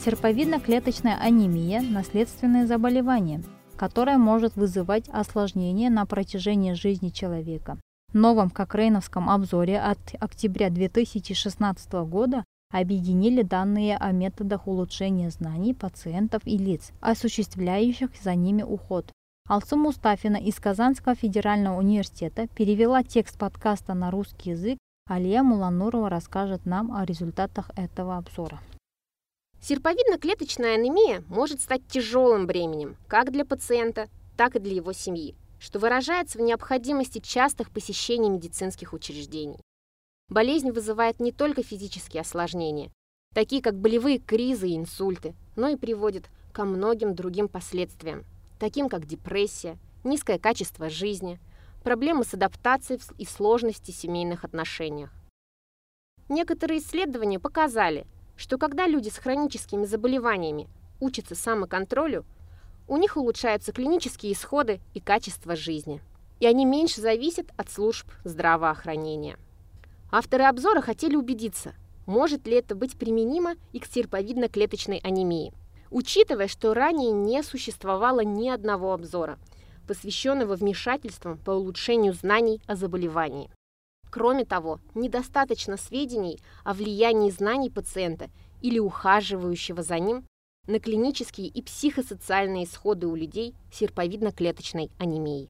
Серповидно-клеточная анемия – наследственное заболевание, которое может вызывать осложнения на протяжении жизни человека. В новом Кокрейновском обзоре от октября 2016 года объединили данные о методах улучшения знаний пациентов и лиц, осуществляющих за ними уход. Алсу Мустафина из Казанского федерального университета перевела текст подкаста на русский язык. Алия Муланурова расскажет нам о результатах этого обзора. Серповидно-клеточная анемия может стать тяжелым бременем как для пациента, так и для его семьи, что выражается в необходимости частых посещений медицинских учреждений. Болезнь вызывает не только физические осложнения, такие как болевые кризы и инсульты, но и приводит ко многим другим последствиям, таким как депрессия, низкое качество жизни, проблемы с адаптацией и сложности в семейных отношениях. Некоторые исследования показали, что когда люди с хроническими заболеваниями учатся самоконтролю, у них улучшаются клинические исходы и качество жизни, и они меньше зависят от служб здравоохранения. Авторы обзора хотели убедиться, может ли это быть применимо и к серповидно-клеточной анемии, учитывая, что ранее не существовало ни одного обзора, посвященного вмешательствам по улучшению знаний о заболевании. Кроме того, недостаточно сведений о влиянии знаний пациента или ухаживающего за ним на клинические и психосоциальные исходы у людей с серповидно-клеточной анемией.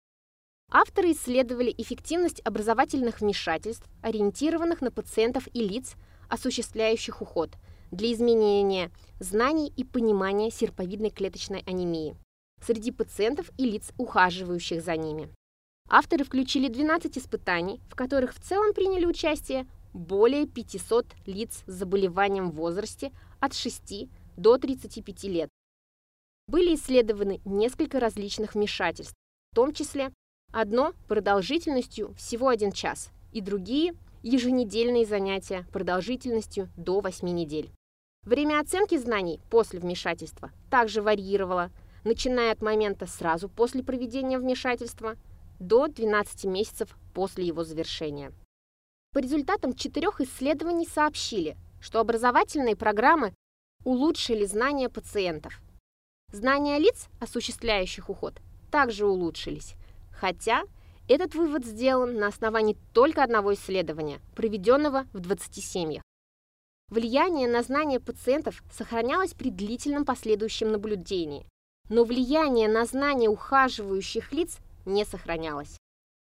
Авторы исследовали эффективность образовательных вмешательств, ориентированных на пациентов и лиц, осуществляющих уход, для изменения знаний и понимания серповидной клеточной анемии среди пациентов и лиц, ухаживающих за ними. Авторы включили 12 испытаний, в которых в целом приняли участие более 500 лиц с заболеванием в возрасте от 6 до 35 лет. Были исследованы несколько различных вмешательств, в том числе одно продолжительностью всего 1 час и другие еженедельные занятия продолжительностью до 8 недель. Время оценки знаний после вмешательства также варьировало, начиная от момента сразу после проведения вмешательства до 12 месяцев после его завершения. По результатам 4 исследований сообщили, что образовательные программы улучшили знания пациентов. Знания лиц, осуществляющих уход, также улучшились, хотя этот вывод сделан на основании только одного исследования, проведенного в 20 семьях. Влияние на знания пациентов сохранялось при длительном последующем наблюдении, но влияние на знания ухаживающих лиц не сохранялось.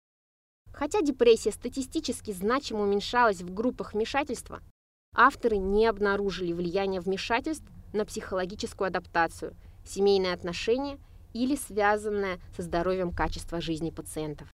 Хотя депрессия статистически значимо уменьшалась в группах вмешательства, авторы не обнаружили влияния вмешательств на психологическую адаптацию, семейные отношения или связанное со здоровьем качества жизни пациентов.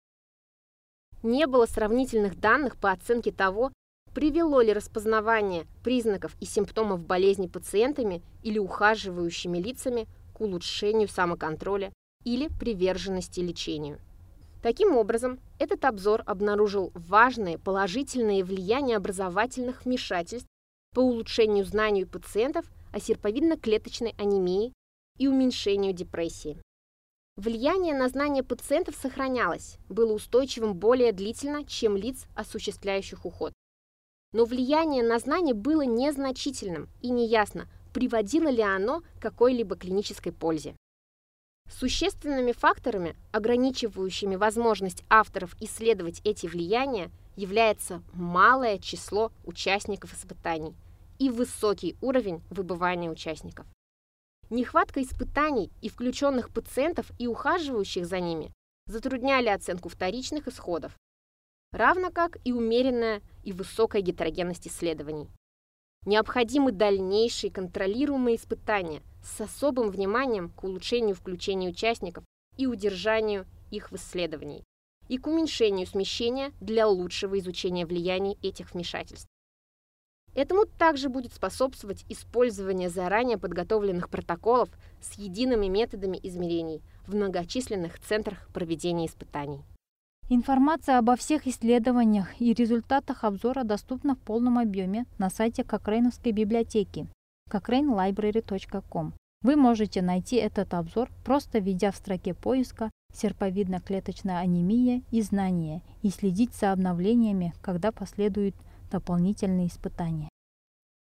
Не было сравнительных данных по оценке того, привело ли распознавание признаков и симптомов болезни пациентами или ухаживающими лицами к улучшению самоконтроля или приверженности лечению. Таким образом, этот обзор обнаружил важное положительное влияние образовательных вмешательств по улучшению знаний у пациентов о серповидно-клеточной анемии и уменьшению депрессии. Влияние на знания пациентов сохранялось, было устойчивым более длительно, чем лиц, осуществляющих уход. Но влияние на знания было незначительным и неясно, приводило ли оно к какой-либо клинической пользе. Существенными факторами, ограничивающими возможность авторов исследовать эти влияния, является малое число участников испытаний и высокий уровень выбывания участников. Нехватка испытаний и включенных пациентов и ухаживающих за ними затрудняли оценку вторичных исходов, равно как и умеренная и высокая гетерогенность исследований. Необходимы дальнейшие контролируемые испытания с особым вниманием к улучшению включения участников и удержанию их в исследовании, и к уменьшению смещения для лучшего изучения влияний этих вмешательств. Этому также будет способствовать использование заранее подготовленных протоколов с едиными методами измерений в многочисленных центрах проведения испытаний. Информация обо всех исследованиях и результатах обзора доступна в полном объеме на сайте Кокрейновской библиотеки cochrane.library.com. Вы можете найти этот обзор, просто введя в строке поиска «серповидно-клеточная анемия и знания» и следить за обновлениями, когда последуют дополнительные испытания.